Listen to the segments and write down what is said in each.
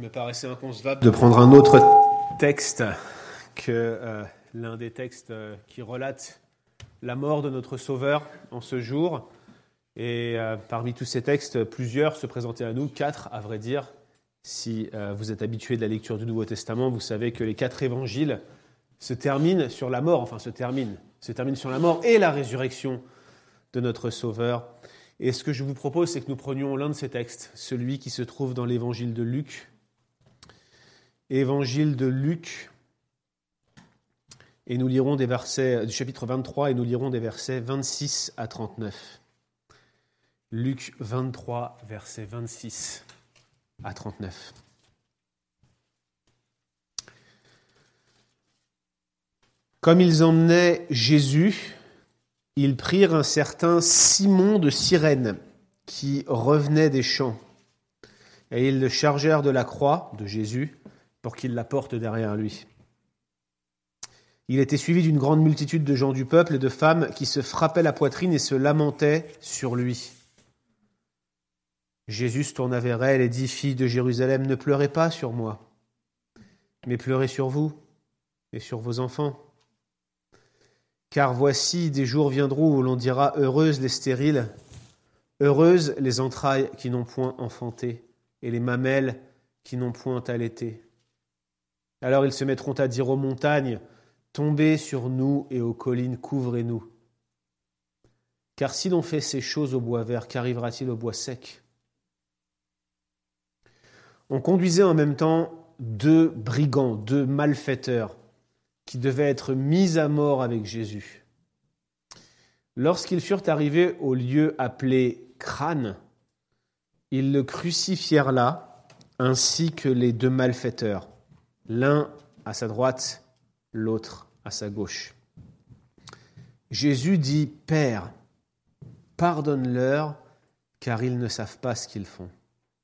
me paraissait inconcevable de prendre un autre texte que l'un des textes qui relate la mort de notre Sauveur en ce jour. Et parmi tous ces textes, plusieurs se présentaient à nous, 4 à vrai dire. Si vous êtes habitués de la lecture du Nouveau Testament, vous savez que les 4 évangiles se terminent sur la mort, se terminent sur la mort et la résurrection de notre Sauveur. Et ce que je vous propose, c'est que nous prenions l'un de ces textes, celui qui se trouve dans l'évangile de Luc. Évangile de Luc, et nous lirons des versets du chapitre 23, et nous lirons des versets 26 à 39. Luc 23, versets 26 à 39. Comme ils emmenaient Jésus, ils prirent un certain Simon de Cyrène, qui revenait des champs, et ils le chargèrent de la croix de Jésus pour qu'il la porte derrière lui. Il était suivi d'une grande multitude de gens du peuple et de femmes qui se frappaient la poitrine et se lamentaient sur lui. Jésus se tourna vers elle et dit « Filles de Jérusalem, ne pleurez pas sur moi, mais pleurez sur vous et sur vos enfants. Car voici, des jours viendront où l'on dira « Heureuses les stériles, heureuses les entrailles qui n'ont point enfanté, et les mamelles qui n'ont point allaité. Alors ils se mettront à dire aux montagnes « Tombez sur nous et aux collines, couvrez-nous. Car si l'on fait ces choses au bois vert, qu'arrivera-t-il au bois sec ?» On conduisait en même temps 2 brigands, 2 malfaiteurs, qui devaient être mis à mort avec Jésus. Lorsqu'ils furent arrivés au lieu appelé Crâne, ils le crucifièrent là, ainsi que les 2 malfaiteurs, l'un à sa droite, l'autre à sa gauche. Jésus dit « Père, pardonne-leur, car ils ne savent pas ce qu'ils font. »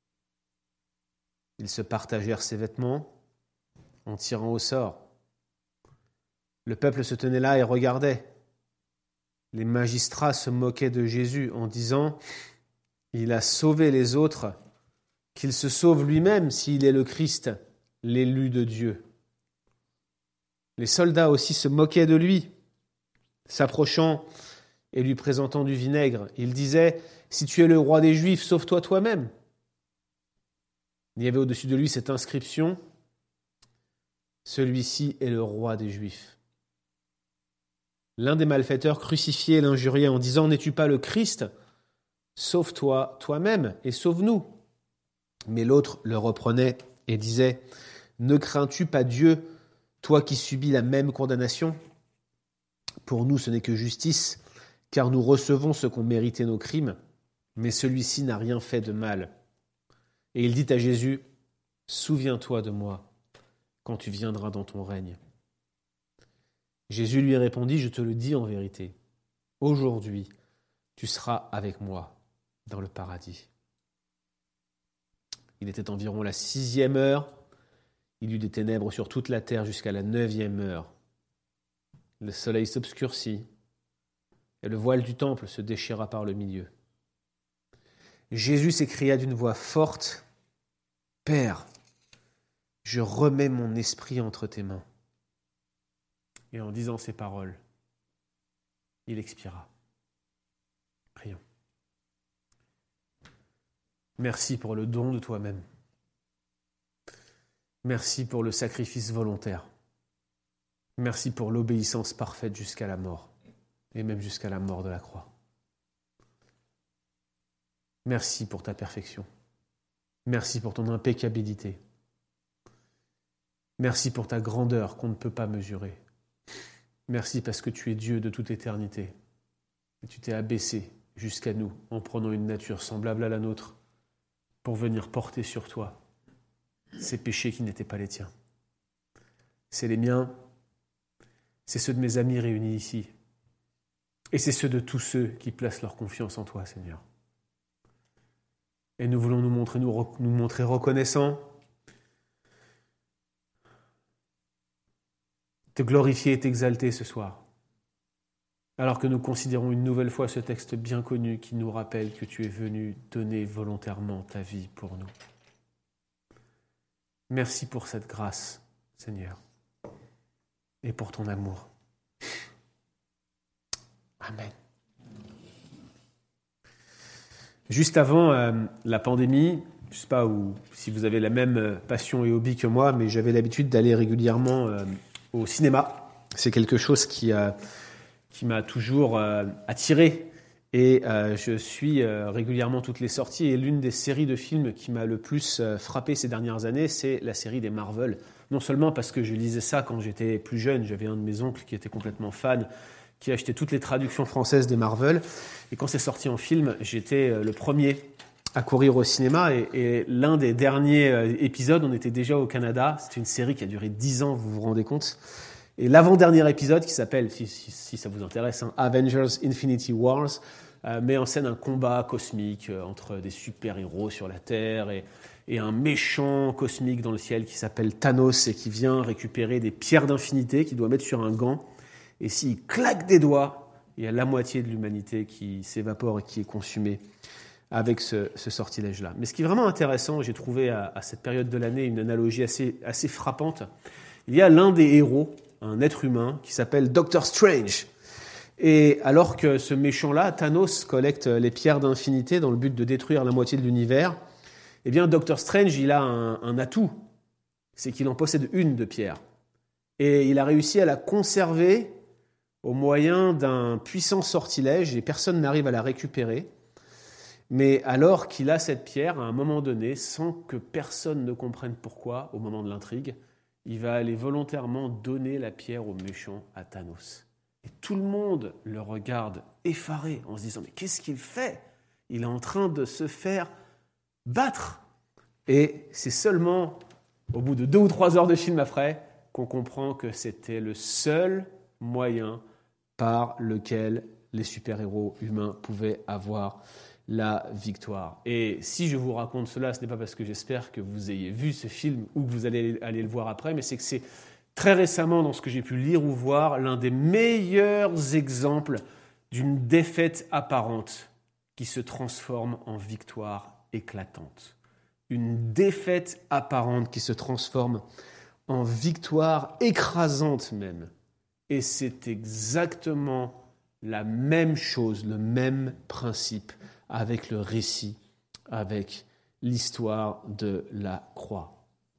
Ils se partagèrent ses vêtements en tirant au sort. Le peuple se tenait là et regardait. Les magistrats se moquaient de Jésus en disant « Il a sauvé les autres, qu'il se sauve lui-même s'il est le Christ, l'élu de Dieu. » Les soldats aussi se moquaient de lui, s'approchant et lui présentant du vinaigre. Ils disaient « Si tu es le roi des Juifs, sauve-toi toi-même. » Il y avait au-dessus de lui cette inscription « Celui-ci est le roi des Juifs. » L'un des malfaiteurs crucifiés l'injuriait en disant « N'es-tu pas le Christ ? Sauve-toi toi-même et sauve-nous. » Mais l'autre le reprenait et disait « Ne crains-tu pas Dieu, toi qui subis la même condamnation ? Pour nous, ce n'est que justice, car nous recevons ce qu'ont mérité nos crimes, mais celui-ci n'a rien fait de mal. » Et il dit à Jésus « Souviens-toi de moi quand tu viendras dans ton règne. » Jésus lui répondit « Je te le dis en vérité, aujourd'hui tu seras avec moi dans le paradis. » Il était environ la 6e heure. Il y eut des ténèbres sur toute la terre jusqu'à la 9e heure. Le soleil s'obscurcit et le voile du temple se déchira par le milieu. Jésus s'écria d'une voix forte « Père, je remets mon esprit entre tes mains. » Et en disant ces paroles, il expira. Prions. Merci pour le don de toi-même. Merci pour le sacrifice volontaire. Merci pour l'obéissance parfaite jusqu'à la mort, et même jusqu'à la mort de la croix. Merci pour ta perfection. Merci pour ton impeccabilité. Merci pour ta grandeur qu'on ne peut pas mesurer. Merci parce que tu es Dieu de toute éternité. Et tu t'es abaissé jusqu'à nous en prenant une nature semblable à la nôtre pour venir porter sur toi ces péchés qui n'étaient pas les tiens. C'est les miens, c'est ceux de mes amis réunis ici, et c'est ceux de tous ceux qui placent leur confiance en toi, Seigneur. Et nous voulons nous montrer reconnaissants, te glorifier et t'exalter ce soir, alors que nous considérons une nouvelle fois ce texte bien connu qui nous rappelle que tu es venu donner volontairement ta vie pour nous. Merci pour cette grâce, Seigneur, et pour ton amour. Amen. Juste avant la pandémie, je ne sais pas si vous avez la même passion et hobby que moi, mais j'avais l'habitude d'aller régulièrement au cinéma. C'est quelque chose qui m'a toujours attiré. Et je suis régulièrement toutes les sorties. Et l'une des séries de films qui m'a le plus frappé ces dernières années, c'est la série des Marvel. Non seulement parce que je lisais ça quand j'étais plus jeune, j'avais un de mes oncles qui était complètement fan, qui achetait toutes les traductions françaises des Marvel. Et quand c'est sorti en film, j'étais le premier à courir au cinéma. Et l'un des derniers épisodes, on était déjà au Canada. C'est une série qui a duré 10 ans, vous vous rendez compte. Et l'avant-dernier épisode, qui s'appelle, si ça vous intéresse, Avengers Infinity Wars, met en scène un combat cosmique entre des super-héros sur la Terre et un méchant cosmique dans le ciel qui s'appelle Thanos et qui vient récupérer des pierres d'infinité qu'il doit mettre sur un gant. Et s'il claque des doigts, il y a la moitié de l'humanité qui s'évapore et qui est consumée avec ce sortilège-là. Mais ce qui est vraiment intéressant, j'ai trouvé à cette période de l'année une analogie assez frappante. Il y a l'un des héros, un être humain, qui s'appelle Doctor Strange. Et alors que ce méchant-là, Thanos, collecte les pierres d'infinité dans le but de détruire la moitié de l'univers, eh bien Doctor Strange, il a un atout, c'est qu'il en possède une de pierre. Et il a réussi à la conserver au moyen d'un puissant sortilège, et personne n'arrive à la récupérer. Mais alors qu'il a cette pierre, à un moment donné, sans que personne ne comprenne pourquoi, au moment de l'intrigue, il va aller volontairement donner la pierre au méchant, à Thanos. Et tout le monde le regarde effaré en se disant « Mais qu'est-ce qu'il fait ? Il est en train de se faire battre !» Et c'est seulement au bout de 2 ou 3 heures de film après qu'on comprend que c'était le seul moyen par lequel les super-héros humains pouvaient avoir la victoire. Et si je vous raconte cela, ce n'est pas parce que j'espère que vous ayez vu ce film ou que vous allez le voir après, mais c'est que c'est très récemment, dans ce que j'ai pu lire ou voir, l'un des meilleurs exemples d'une défaite apparente qui se transforme en victoire éclatante. Une défaite apparente qui se transforme en victoire écrasante même. Et c'est exactement la même chose, le même principe avec le récit, avec l'histoire de la croix.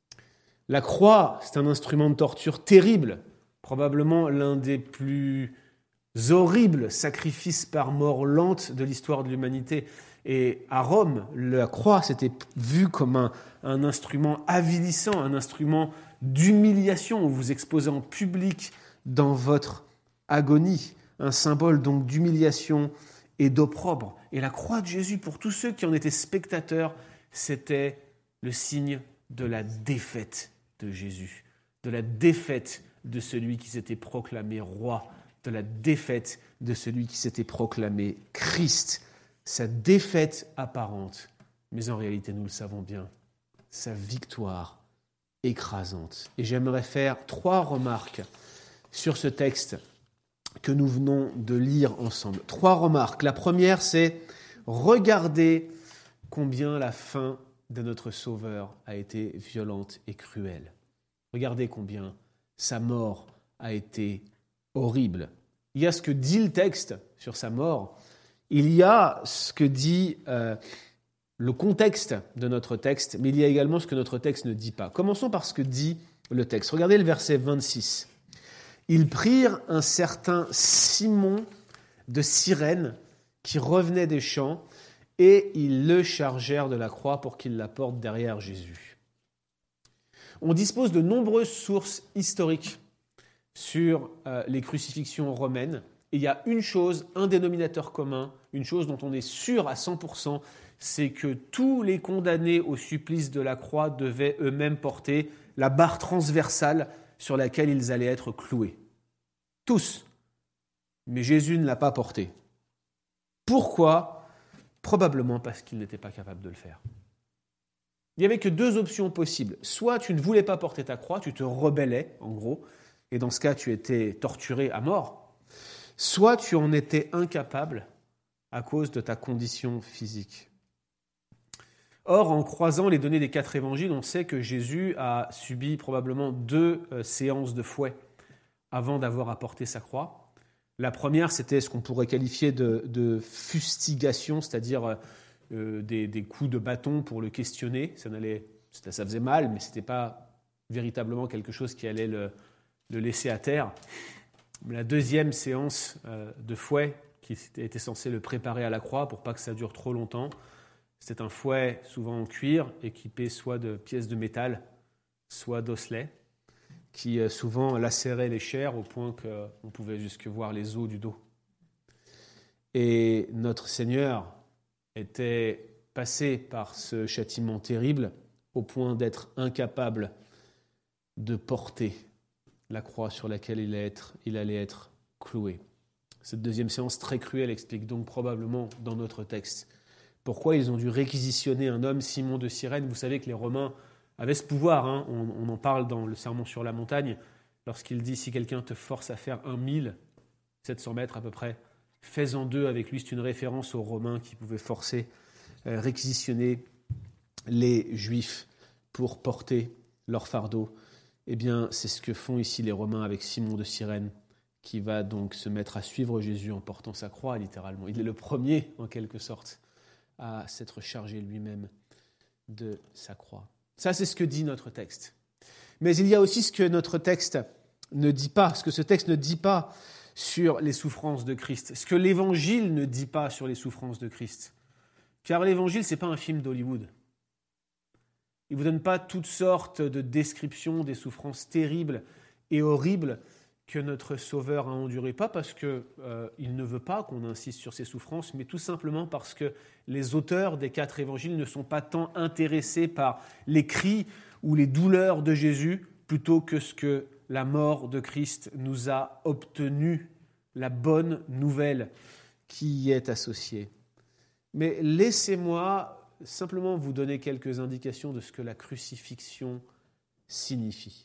La croix, c'est un instrument de torture terrible, probablement l'un des plus horribles sacrifices par mort lente de l'histoire de l'humanité. Et à Rome, la croix s'était vue comme un instrument avilissant, un instrument d'humiliation où vous exposez en public dans votre agonie, un symbole donc d'humiliation et d'opprobre. Et la croix de Jésus, pour tous ceux qui en étaient spectateurs, c'était le signe de la défaite de Jésus, de la défaite de celui qui s'était proclamé roi, de la défaite de celui qui s'était proclamé Christ. Sa défaite apparente, mais en réalité, nous le savons bien, sa victoire écrasante. Et j'aimerais faire 3 remarques sur ce texte que nous venons de lire ensemble. 3 remarques. La première, c'est regardez combien la fin de notre Sauveur a été violente et cruelle. Regardez combien sa mort a été horrible. Il y a ce que dit le texte sur sa mort. Il y a ce que dit le contexte de notre texte, mais il y a également ce que notre texte ne dit pas. Commençons par ce que dit le texte. Regardez le verset 26. Ils prirent un certain Simon de Cyrène qui revenait des champs et ils le chargèrent de la croix pour qu'il la porte derrière Jésus. On dispose de nombreuses sources historiques sur les crucifixions romaines. Et il y a une chose, un dénominateur commun, une chose dont on est sûr à 100%, c'est que tous les condamnés au supplice de la croix devaient eux-mêmes porter la barre transversale sur laquelle ils allaient être cloués. Tous. Mais Jésus ne l'a pas portée. Pourquoi ? Probablement parce qu'il n'était pas capable de le faire. Il n'y avait que 2 options possibles. Soit tu ne voulais pas porter ta croix, tu te rebellais, en gros, et dans ce cas, tu étais torturé à mort. Soit tu en étais incapable à cause de ta condition physique. Or, en croisant les données des 4 évangiles, on sait que Jésus a subi probablement 2 séances de fouet avant d'avoir apporté sa croix. La première, c'était ce qu'on pourrait qualifier de fustigation, c'est-à-dire des coups de bâton pour le questionner. Ça faisait mal, mais ce n'était pas véritablement quelque chose qui allait le laisser à terre. La deuxième séance de fouet, qui était censée le préparer à la croix pour pas que ça dure trop longtemps, c'était un fouet souvent en cuir, équipé soit de pièces de métal, soit d'osselets, qui souvent lacérait les chairs au point qu'on pouvait jusque voir les os du dos. Et notre Seigneur était passé par ce châtiment terrible au point d'être incapable de porter la croix sur laquelle il allait être cloué. Cette deuxième séance très cruelle explique donc probablement dans notre texte pourquoi ils ont dû réquisitionner un homme, Simon de Cyrène. Vous savez que les Romains avaient ce pouvoir, hein. On en parle dans le Sermon sur la montagne, lorsqu'il dit « Si quelqu'un te force à faire 1700 mètres à peu près, fais-en 2 avec lui ». C'est une référence aux Romains qui pouvaient réquisitionner les Juifs pour porter leur fardeau. Eh bien, c'est ce que font ici les Romains avec Simon de Cyrène, qui va donc se mettre à suivre Jésus en portant sa croix, littéralement. Il est le premier, en quelque sorte, à s'être chargé lui-même de sa croix. Ça, c'est ce que dit notre texte. Mais il y a aussi ce que notre texte ne dit pas, ce que ce texte ne dit pas sur les souffrances de Christ, ce que l'Évangile ne dit pas sur les souffrances de Christ. Car l'Évangile, ce n'est pas un film d'Hollywood. Il ne vous donne pas toutes sortes de descriptions des souffrances terribles et horribles que notre Sauveur a endurées. Pas parce qu'il ne veut pas qu'on insiste sur ces souffrances, mais tout simplement parce que les auteurs des 4 évangiles ne sont pas tant intéressés par les cris ou les douleurs de Jésus, plutôt que ce que la mort de Christ nous a obtenu, la bonne nouvelle qui y est associée. Mais laissez-moi simplement vous donner quelques indications de ce que la crucifixion signifie.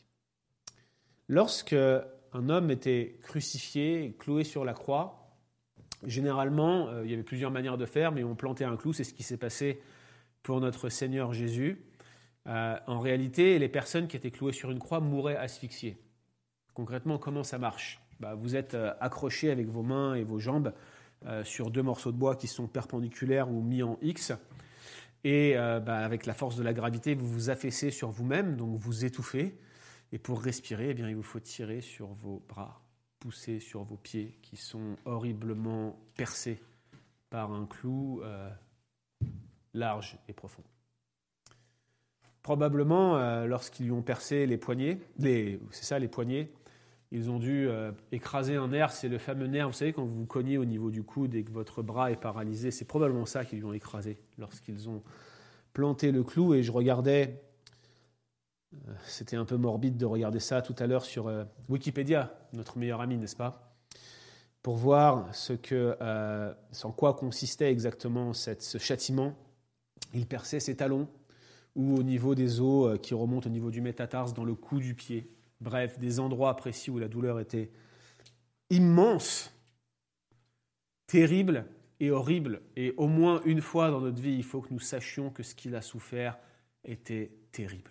Lorsque un homme était crucifié et cloué sur la croix, généralement, il y avait plusieurs manières de faire, mais on plantait un clou, c'est ce qui s'est passé pour notre Seigneur Jésus. En réalité, les personnes qui étaient clouées sur une croix mouraient asphyxiées. Concrètement, comment ça marche ? Vous êtes accrochés avec vos mains et vos jambes sur 2 morceaux de bois qui sont perpendiculaires ou mis en X. Et avec la force de la gravité, vous vous affaissez sur vous-même, donc vous étouffez. Et pour respirer, il vous faut tirer sur vos bras, pousser sur vos pieds qui sont horriblement percés par un clou large et profond. Probablement, lorsqu'ils lui ont percé les poignets, les poignets, ils ont dû écraser un nerf, c'est le fameux nerf, vous savez, quand vous vous cognez au niveau du coude et que votre bras est paralysé, c'est probablement ça qu'ils lui ont écrasé lorsqu'ils ont planté le clou. Et je regardais, c'était un peu morbide de regarder ça tout à l'heure sur Wikipédia, notre meilleur ami, n'est-ce pas ? Pour voir en quoi consistait exactement ce châtiment. Il perçait ses talons ou au niveau des os qui remontent au niveau du métatarse dans le cou du pied. Bref, des endroits précis où la douleur était immense, terrible et horrible. Et au moins une fois dans notre vie, il faut que nous sachions que ce qu'il a souffert était terrible.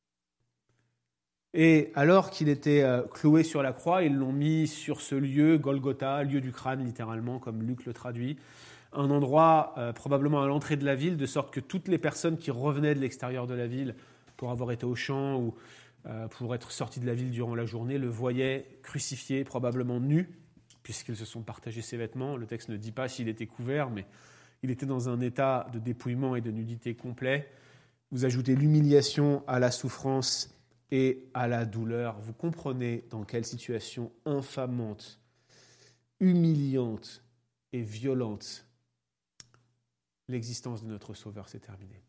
Et alors qu'il était cloué sur la croix, ils l'ont mis sur ce lieu, Golgotha, lieu du crâne littéralement, comme Luc le traduit, un endroit probablement à l'entrée de la ville, de sorte que toutes les personnes qui revenaient de l'extérieur de la ville pour avoir été au champ ou pour être sortis de la ville durant la journée, le voyaient crucifié, probablement nu, puisqu'ils se sont partagés ses vêtements. Le texte ne dit pas s'il était couvert, mais il était dans un état de dépouillement et de nudité complet. Vous ajoutez l'humiliation à la souffrance et à la douleur. Vous comprenez dans quelle situation infamante, humiliante et violente l'existence de notre Sauveur s'est terminée.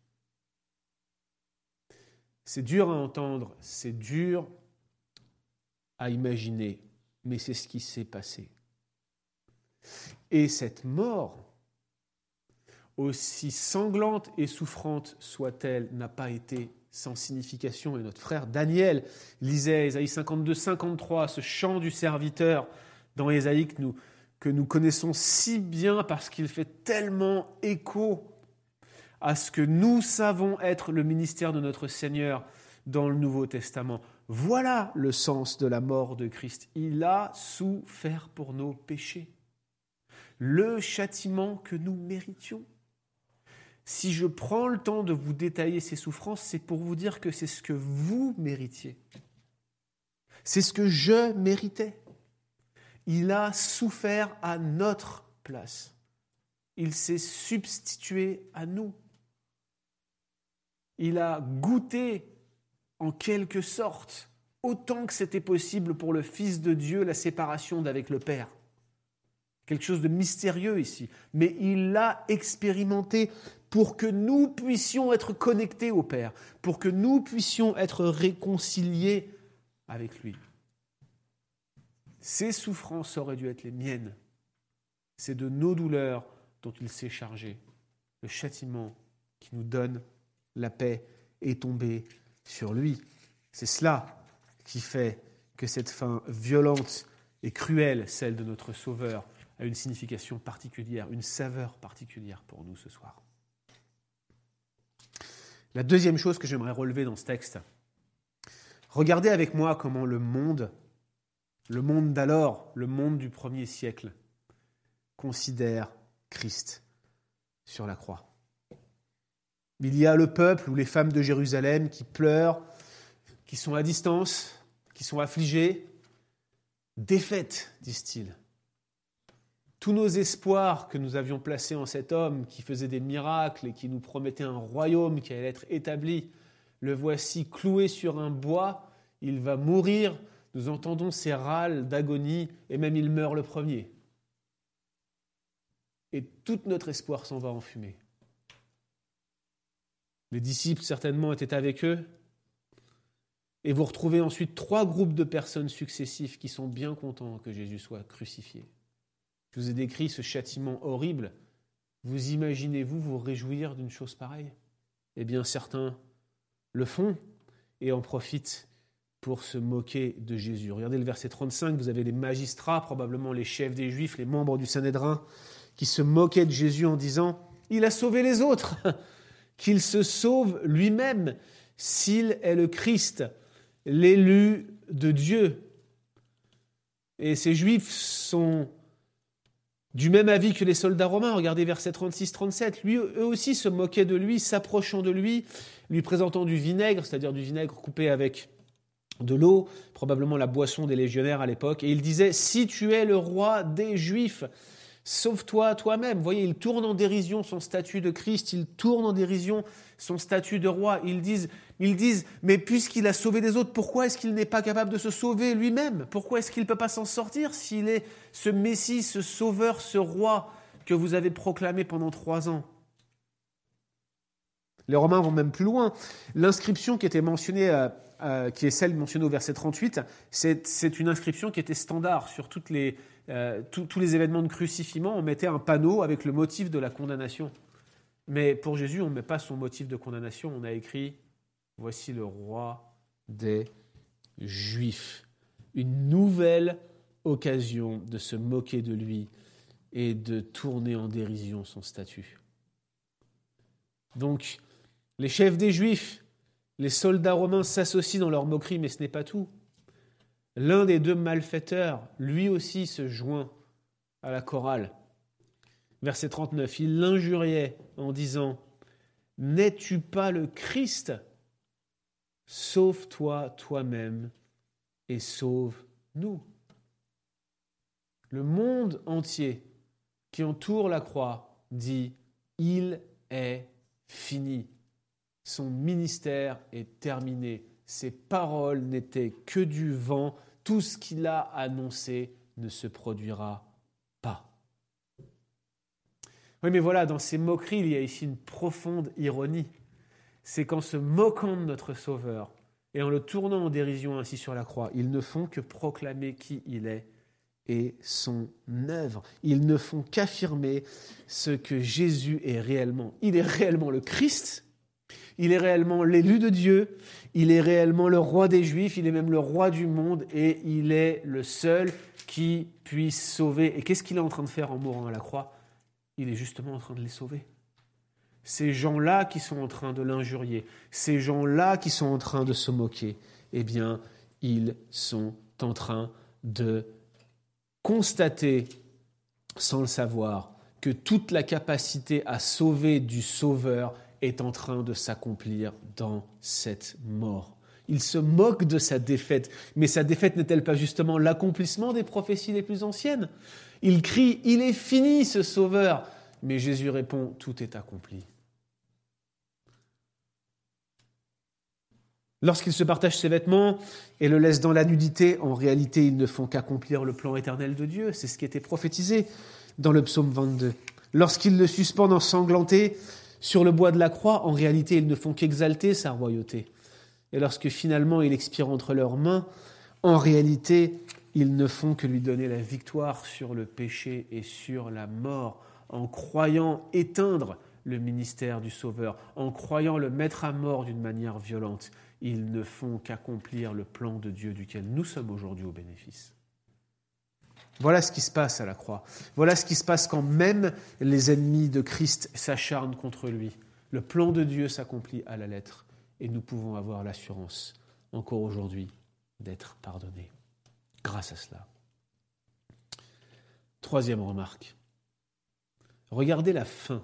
C'est dur à entendre, c'est dur à imaginer, mais c'est ce qui s'est passé. Et cette mort, aussi sanglante et souffrante soit-elle, n'a pas été sans signification. Et notre frère Daniel lisait Ésaïe 52, 53, ce chant du serviteur dans Ésaïe que nous connaissons si bien parce qu'il fait tellement écho à ce que nous savons être le ministère de notre Seigneur dans le Nouveau Testament. Voilà le sens de la mort de Christ. Il a souffert pour nos péchés. Le châtiment que nous méritions. Si je prends le temps de vous détailler ces souffrances, c'est pour vous dire que c'est ce que vous méritiez. C'est ce que je méritais. Il a souffert à notre place. Il s'est substitué à nous. Il a goûté, en quelque sorte, autant que c'était possible pour le Fils de Dieu, la séparation d'avec le Père. Quelque chose de mystérieux ici. Mais il l'a expérimenté pour que nous puissions être connectés au Père, pour que nous puissions être réconciliés avec lui. Ces souffrances auraient dû être les miennes. C'est de nos douleurs dont il s'est chargé. Le châtiment qui nous donne la paix est tombé sur lui. C'est cela qui fait que cette fin violente et cruelle, celle de notre Sauveur, a une signification particulière, une saveur particulière pour nous ce soir. La deuxième chose que j'aimerais relever dans ce texte, regardez avec moi comment le monde d'alors, le monde du 1er siècle, considère Christ sur la croix. Il y a le peuple ou les femmes de Jérusalem qui pleurent, qui sont à distance, qui sont affligés, défaites, disent-ils. Tous nos espoirs que nous avions placés en cet homme qui faisait des miracles et qui nous promettait un royaume qui allait être établi, le voici cloué sur un bois, il va mourir, nous entendons ses râles d'agonie et même il meurt le premier. Et tout notre espoir s'en va en fumée. Les disciples certainement étaient avec eux et vous retrouvez ensuite 3 groupes de personnes successifs qui sont bien contents que Jésus soit crucifié. Je vous ai décrit ce châtiment horrible. Vous imaginez-vous vous réjouir d'une chose pareille ? Eh bien, certains le font et en profitent pour se moquer de Jésus. Regardez le verset 35, vous avez les magistrats, probablement les chefs des Juifs, les membres du Sanhédrin, qui se moquaient de Jésus en disant « Il a sauvé les autres, qu'il se sauve lui-même s'il est le Christ, l'élu de Dieu. » Et ces Juifs sont du même avis que les soldats romains, regardez versets 36-37, eux aussi se moquaient de lui, s'approchant de lui, lui présentant du vinaigre, c'est-à-dire du vinaigre coupé avec de l'eau, probablement la boisson des légionnaires à l'époque, et il disait « Si tu es le roi des Juifs, sauve-toi toi-même ». Vous voyez, il tourne en dérision son statut de Christ, il tourne en dérision son statut de roi. Ils disent « Mais puisqu'il a sauvé des autres, pourquoi est-ce qu'il n'est pas capable de se sauver lui-même ? Pourquoi est-ce qu'il ne peut pas s'en sortir s'il est ce Messie, ce sauveur, ce roi que vous avez proclamé pendant 3 ans ?» Les Romains vont même plus loin. L'inscription qui était mentionnée, qui est celle mentionnée au verset 38, c'est une inscription qui était standard sur tous les événements de crucifixion. On mettait un panneau avec le motif de la condamnation. Mais pour Jésus, on ne met pas son motif de condamnation. On a écrit « Voici le roi des Juifs ». Une nouvelle occasion de se moquer de lui et de tourner en dérision son statut. Donc, les chefs des Juifs, les soldats romains s'associent dans leur moquerie, mais ce n'est pas tout. L'un des 2 malfaiteurs, lui aussi, se joint à la chorale. Verset 39, il l'injuriait en disant « N'es-tu pas le Christ ? Sauve-toi toi-même et sauve-nous. » Le monde entier qui entoure la croix dit « Il est fini. Son ministère est terminé. Ses paroles n'étaient que du vent. Tout ce qu'il a annoncé ne se produira pas. » Oui, mais voilà, dans ces moqueries, il y a ici une profonde ironie. C'est qu'en se moquant de notre Sauveur et en le tournant en dérision ainsi sur la croix, ils ne font que proclamer qui il est et son œuvre. Ils ne font qu'affirmer ce que Jésus est réellement. Il est réellement le Christ, il est réellement l'élu de Dieu, il est réellement le roi des Juifs, il est même le roi du monde et il est le seul qui puisse sauver. Et qu'est-ce qu'il est en train de faire en mourant à la croix ? Il est justement en train de les sauver. ces gens-là qui sont en train de l'injurier, ces gens-là qui sont en train de se moquer, eh bien, ils sont en train de constater, sans le savoir, que toute la capacité à sauver du Sauveur est en train de s'accomplir dans cette mort. Il se moque de sa défaite, mais sa défaite n'est-elle pas justement l'accomplissement des prophéties les plus anciennes ? Il crie « Il est fini ce Sauveur !» Mais Jésus répond « Tout est accompli ». Lorsqu'il se partage ses vêtements et le laisse dans la nudité, en réalité, ils ne font qu'accomplir le plan éternel de Dieu. C'est ce qui était prophétisé dans le psaume 22. Lorsqu'ils le suspendent ensanglanté sur le bois de la croix, en réalité, ils ne font qu'exalter sa royauté. Et lorsque finalement il expire entre leurs mains, en réalité, ils ne font que lui donner la victoire sur le péché et sur la mort, en croyant éteindre le ministère du Sauveur, en croyant le mettre à mort d'une manière violente. Ils ne font qu'accomplir le plan de Dieu duquel nous sommes aujourd'hui au bénéfice. Voilà ce qui se passe à la croix. Voilà ce qui se passe quand même les ennemis de Christ s'acharnent contre lui. Le plan de Dieu s'accomplit à la lettre et nous pouvons avoir l'assurance, encore aujourd'hui, d'être pardonnés. Grâce à cela. Troisième remarque. Regardez la fin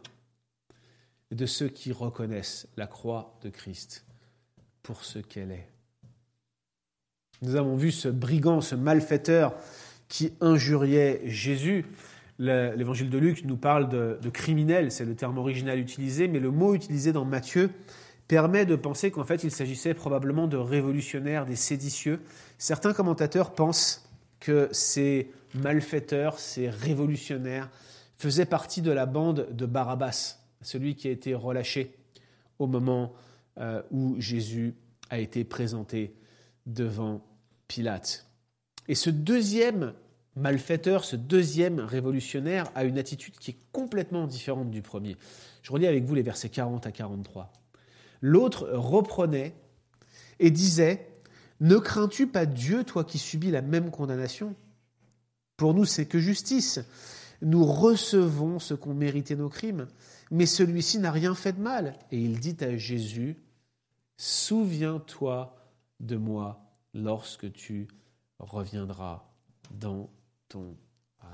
de ceux qui reconnaissent la croix de Christ pour ce qu'elle est. Nous avons vu ce brigand, ce malfaiteur qui injuriait Jésus. L'évangile de Luc nous parle de criminel, c'est le terme original utilisé, mais le mot utilisé dans Matthieu permet de penser qu'en fait il s'agissait probablement de révolutionnaires, des séditieux. Certains commentateurs pensent que ces malfaiteurs, ces révolutionnaires, faisaient partie de la bande de Barabbas, celui qui a été relâché au moment où Jésus a été présenté devant Pilate. Et ce deuxième malfaiteur, ce deuxième révolutionnaire a une attitude qui est complètement différente du premier. Je relis avec vous les versets 40 à 43. L'autre reprenait et disait « Ne crains-tu pas Dieu, toi qui subis la même condamnation ? Pour nous, c'est que justice. Nous recevons ce qu'ont mérité nos crimes, mais celui-ci n'a rien fait de mal. » Et il dit à Jésus « Souviens-toi de moi lorsque tu reviendras dans ton règne. »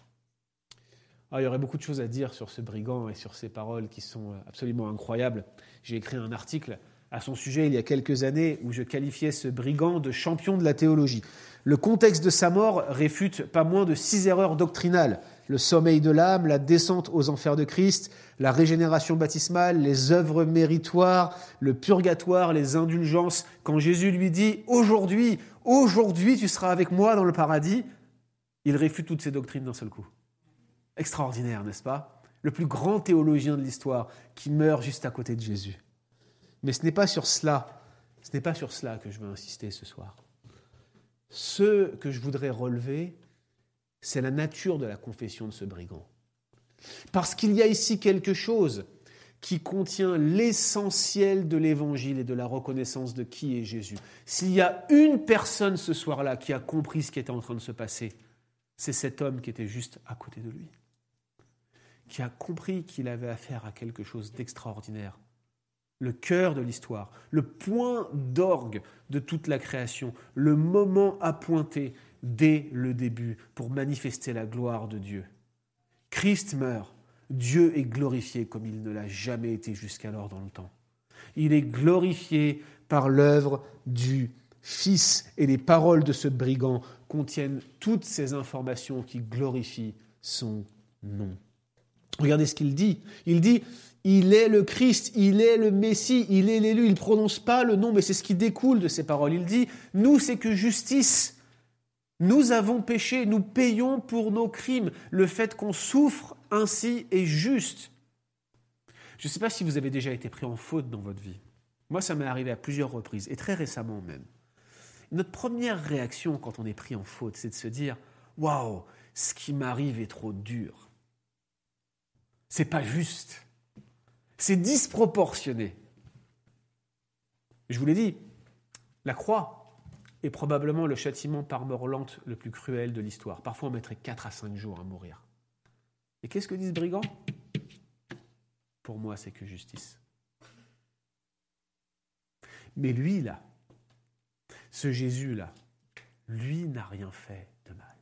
Alors, il y aurait beaucoup de choses à dire sur ce brigand et sur ces paroles qui sont absolument incroyables. J'ai écrit un article à son sujet il y a quelques années où je qualifiais ce brigand de champion de la théologie. Le contexte de sa mort réfute pas moins de 6 erreurs doctrinales. Le sommeil de l'âme, la descente aux enfers de Christ, la régénération baptismale, les œuvres méritoires, le purgatoire, les indulgences. Quand Jésus lui dit « Aujourd'hui tu seras avec moi dans le paradis », il réfute toutes ces doctrines d'un seul coup. Extraordinaire, n'est-ce pas ? Le plus grand théologien de l'histoire qui meurt juste à côté de Jésus. Mais ce n'est pas sur cela que je veux insister ce soir. Ce que je voudrais relever, c'est la nature de la confession de ce brigand. Parce qu'il y a ici quelque chose qui contient l'essentiel de l'évangile et de la reconnaissance de qui est Jésus. S'il y a une personne ce soir-là qui a compris ce qui était en train de se passer, c'est cet homme qui était juste à côté de lui, qui a compris qu'il avait affaire à quelque chose d'extraordinaire. Le cœur de l'histoire, le point d'orgue de toute la création, le moment appointé dès le début pour manifester la gloire de Dieu. Christ meurt, Dieu est glorifié comme il ne l'a jamais été jusqu'alors dans le temps. Il est glorifié par l'œuvre du Fils et les paroles de ce brigand contiennent toutes ces informations qui glorifient son nom. Regardez ce qu'il dit. Il dit « Il est le Christ, il est le Messie, il est l'élu ». Il ne prononce pas le nom, mais c'est ce qui découle de ces paroles. Il dit « Nous, c'est que justice. Nous avons péché, nous payons pour nos crimes. Le fait qu'on souffre ainsi est juste. » Je ne sais pas si vous avez déjà été pris en faute dans votre vie. Moi, ça m'est arrivé à plusieurs reprises, et très récemment même. Notre première réaction quand on est pris en faute, c'est de se dire « Waouh, ce qui m'arrive est trop dur. C'est pas juste. C'est disproportionné. » Je vous l'ai dit, la croix est probablement le châtiment par mort lente le plus cruel de l'histoire. Parfois, on mettrait 4 à 5 jours à mourir. Et qu'est-ce que dit ce brigand ? pour moi, c'est que justice. Mais lui, là, ce Jésus-là, lui n'a rien fait de mal.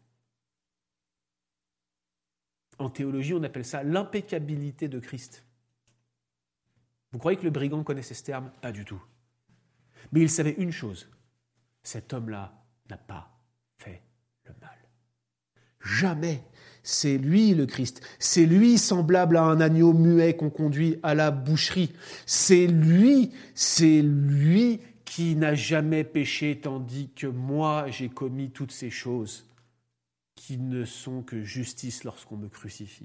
En théologie, on appelle ça l'impeccabilité de Christ. Vous croyez que le brigand connaissait ce terme ? Pas du tout. Mais il savait une chose, cet homme-là n'a pas fait le mal. Jamais. C'est lui le Christ. C'est lui semblable à un agneau muet qu'on conduit à la boucherie. C'est lui qui n'a jamais péché, tandis que moi j'ai commis toutes ces choses qui ne sont que justice lorsqu'on me crucifie.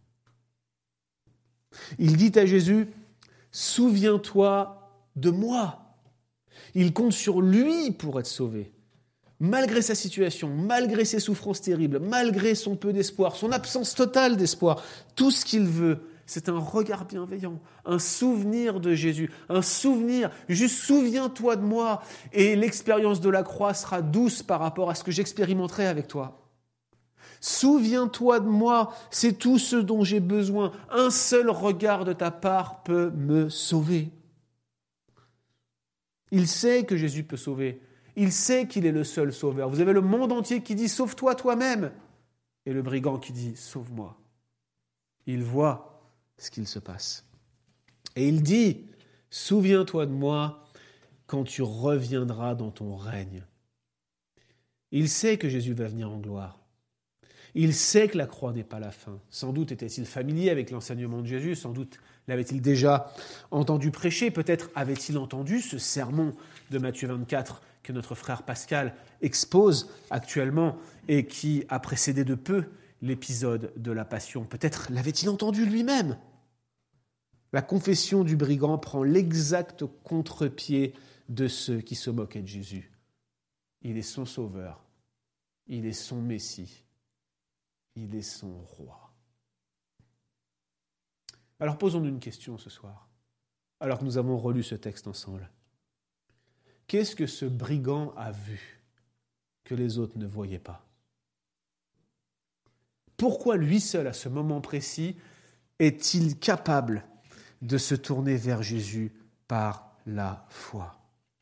Il dit à Jésus, souviens-toi de moi. Il compte sur lui pour être sauvé. Malgré sa situation, malgré ses souffrances terribles, malgré son peu d'espoir, son absence totale d'espoir, tout ce qu'il veut, c'est un regard bienveillant, un souvenir de Jésus, un souvenir, juste souviens-toi de moi, et l'expérience de la croix sera douce par rapport à ce que j'expérimenterai avec toi. Souviens-toi de moi, c'est tout ce dont j'ai besoin, un seul regard de ta part peut me sauver. Il sait que Jésus peut sauver. Il sait qu'il est le seul sauveur. Vous avez le monde entier qui dit « Sauve-toi toi-même » et le brigand qui dit « Sauve-moi ». Il voit ce qu'il se passe. Et il dit « Souviens-toi de moi quand tu reviendras dans ton règne ». Il sait que Jésus va venir en gloire. Il sait que la croix n'est pas la fin. Sans doute était-il familier avec l'enseignement de Jésus, sans doute l'avait-il déjà entendu prêcher, peut-être avait-il entendu ce sermon de Matthieu 24 que notre frère Pascal expose actuellement et qui a précédé de peu l'épisode de la Passion. Peut-être l'avait-il entendu lui-même. La confession du brigand prend l'exact contre-pied de ceux qui se moquaient de Jésus. Il est son sauveur, il est son Messie, il est son roi. Alors posons-nous une question ce soir, alors que nous avons relu ce texte ensemble. Qu'est-ce que ce brigand a vu que les autres ne voyaient pas ? Pourquoi lui seul, à ce moment précis, est-il capable de se tourner vers Jésus par la foi ?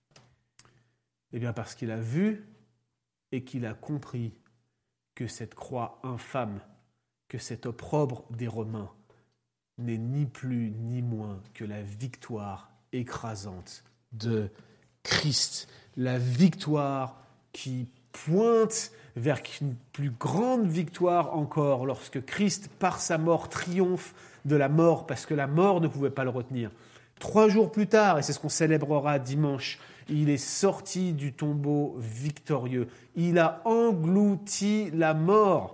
Eh bien parce qu'il a vu et qu'il a compris que cette croix infâme, que cet opprobre des Romains n'est ni plus ni moins que la victoire écrasante de Christ, la victoire qui pointe vers une plus grande victoire encore lorsque Christ, par sa mort, triomphe de la mort parce que la mort ne pouvait pas le retenir. 3 jours plus tard, et c'est ce qu'on célébrera dimanche, il est sorti du tombeau victorieux. Il a englouti la mort.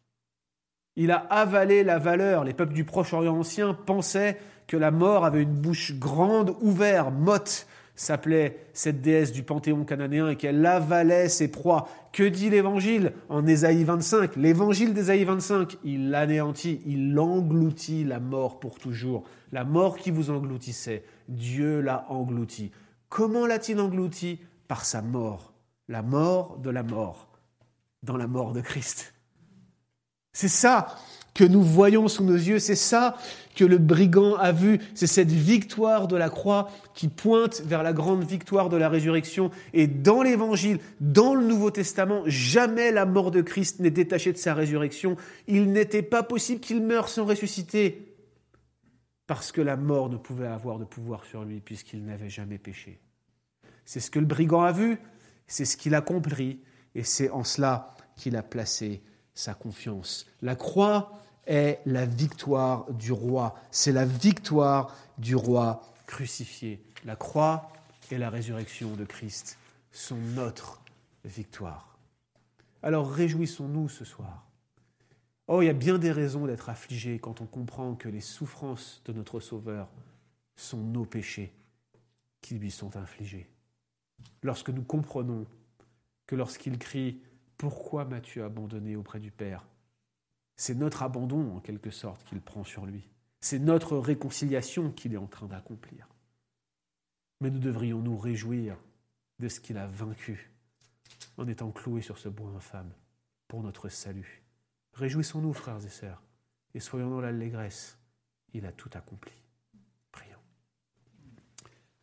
Il a avalé la valeur. Les peuples du Proche-Orient ancien pensaient que la mort avait une bouche grande, ouverte. Mot s'appelait cette déesse du panthéon cananéen et qu'elle avalait ses proies. Que dit l'Évangile en Ésaïe 25 ? L'Évangile d'Ésaïe 25, il l'anéantit, il engloutit la mort pour toujours. La mort qui vous engloutissait, Dieu l'a englouti. Comment l'a-t-il englouti ? Par sa mort. La mort de la mort, dans la mort de Christ. C'est ça que nous voyons sous nos yeux, c'est ça que le brigand a vu, c'est cette victoire de la croix qui pointe vers la grande victoire de la résurrection. Et dans l'Évangile, dans le Nouveau Testament, jamais la mort de Christ n'est détachée de sa résurrection. Il n'était pas possible qu'il meure sans ressusciter, parce que la mort ne pouvait avoir de pouvoir sur lui, puisqu'il n'avait jamais péché. C'est ce que le brigand a vu, c'est ce qu'il a compris, et c'est en cela qu'il a placé sa confiance. La croix est la victoire du roi. C'est la victoire du roi crucifié. La croix et la résurrection de Christ sont notre victoire. Alors réjouissons-nous ce soir. Oh, il y a bien des raisons d'être affligés quand on comprend que les souffrances de notre Sauveur sont nos péchés qui lui sont infligés. Lorsque nous comprenons que lorsqu'il crie « Pourquoi m'as-tu abandonné auprès du Père ?» C'est notre abandon, en quelque sorte, qu'il prend sur lui. C'est notre réconciliation qu'il est en train d'accomplir. Mais nous devrions nous réjouir de ce qu'il a vaincu en étant cloué sur ce bois infâme pour notre salut. Réjouissons-nous, frères et sœurs, et soyons dans l'allégresse. Il a tout accompli.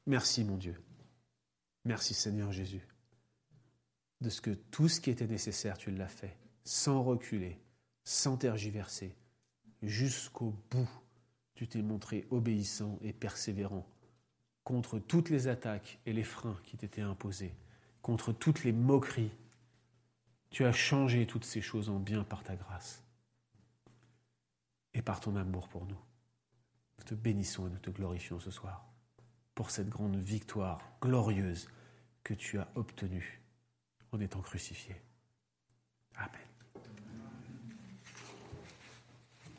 Merci mon Dieu. Merci Seigneur Jésus. De ce que tout ce qui était nécessaire, tu l'as fait, sans reculer, sans tergiverser. Jusqu'au bout, tu t'es montré obéissant et persévérant contre toutes les attaques et les freins qui t'étaient imposés, contre toutes les moqueries. Tu as changé toutes ces choses en bien par ta grâce et par ton amour pour nous. Nous te bénissons et nous te glorifions ce soir pour cette grande victoire glorieuse que tu as obtenue en étant crucifié. Amen.